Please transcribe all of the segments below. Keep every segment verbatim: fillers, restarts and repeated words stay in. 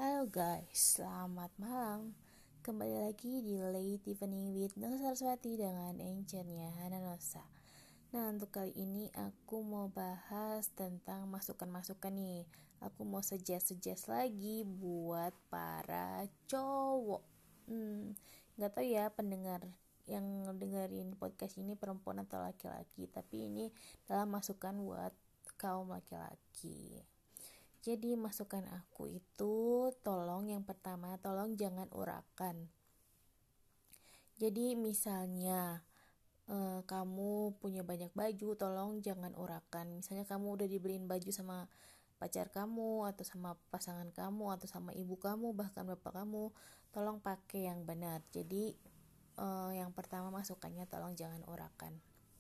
Halo guys, selamat malam. Kembali lagi di Late Evening with Nosa Saraswati dengan encernya Hana Nosa. Nah, untuk kali ini aku mau bahas tentang masukan-masukan nih. Aku mau suggest-suggest lagi buat para cowok. Hmm, Gak tahu ya pendengar yang dengerin podcast ini perempuan atau laki-laki, tapi ini adalah masukan buat kaum laki-laki. Jadi masukan aku itu, tolong yang pertama, tolong jangan urakan. Jadi misalnya eh, kamu punya banyak baju, tolong jangan urakan. Misalnya kamu udah dibeliin baju sama pacar kamu, atau sama pasangan kamu, atau sama ibu kamu, bahkan bapak kamu, tolong pakai yang benar. Jadi eh, yang pertama masukannya, tolong jangan urakan.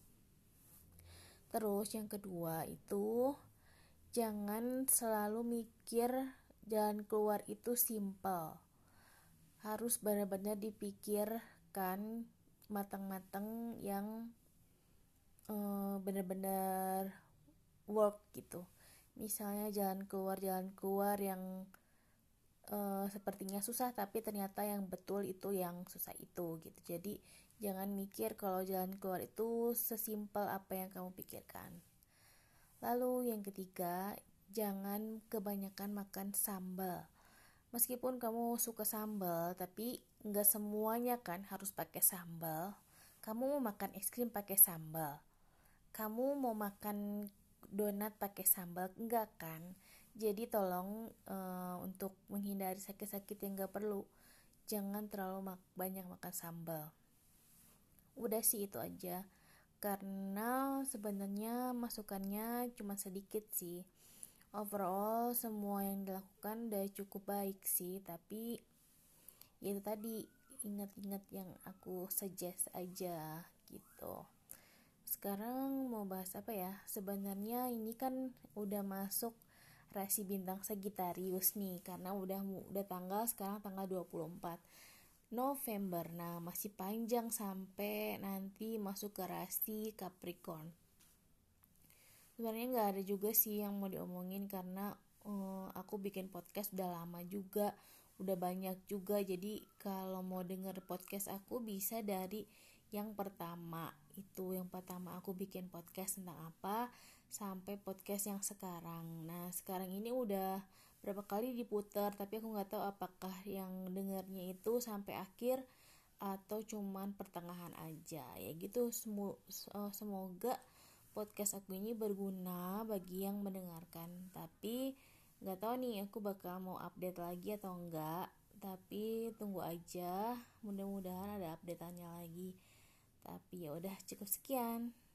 Terus yang kedua itu, jangan selalu mikir jalan keluar itu simple. Harus benar-benar dipikirkan matang-matang yang uh, benar-benar work gitu. Misalnya jalan keluar-jalan keluar yang uh, sepertinya susah, tapi ternyata yang betul itu yang susah itu gitu. Jadi jangan mikir kalau jalan keluar itu sesimpel apa yang kamu pikirkan. Lalu yang ketiga, jangan kebanyakan makan sambal. Meskipun kamu suka sambal, tapi nggak semuanya kan harus pakai sambal. Kamu mau makan es krim pakai sambal. Kamu mau makan donat pakai sambal, enggak kan? Jadi tolong uh, untuk menghindari sakit-sakit yang nggak perlu, jangan terlalu mak- banyak makan sambal. Udah sih itu aja. Karena sebenarnya masukannya cuma sedikit sih. Overall semua yang dilakukan udah cukup baik sih, tapi ya itu tadi, ingat-ingat yang aku suggest aja gitu. Sekarang mau bahas apa ya? Sebenarnya ini kan udah masuk rasi bintang Sagittarius nih, karena udah udah tanggal sekarang tanggal dua puluh empat November. Nah, masih panjang sampai nanti masuk ke rasi Capricorn. Sebenarnya nggak ada juga sih yang mau diomongin, karena uh, aku bikin podcast udah lama juga, udah banyak juga. Jadi kalau mau denger podcast aku bisa dari yang pertama itu, yang pertama aku bikin podcast tentang apa, sampai podcast yang sekarang. Nah, sekarang ini udah berapa kali diputar, tapi aku nggak tahu apakah yang dengarnya itu sampai akhir atau cuman pertengahan aja ya gitu. Semu- semoga podcast aku ini berguna bagi yang mendengarkan. Tapi nggak tahu nih aku bakal mau update lagi atau enggak, tapi tunggu aja, mudah-mudahan ada updateannya lagi. Tapi ya udah, cukup sekian.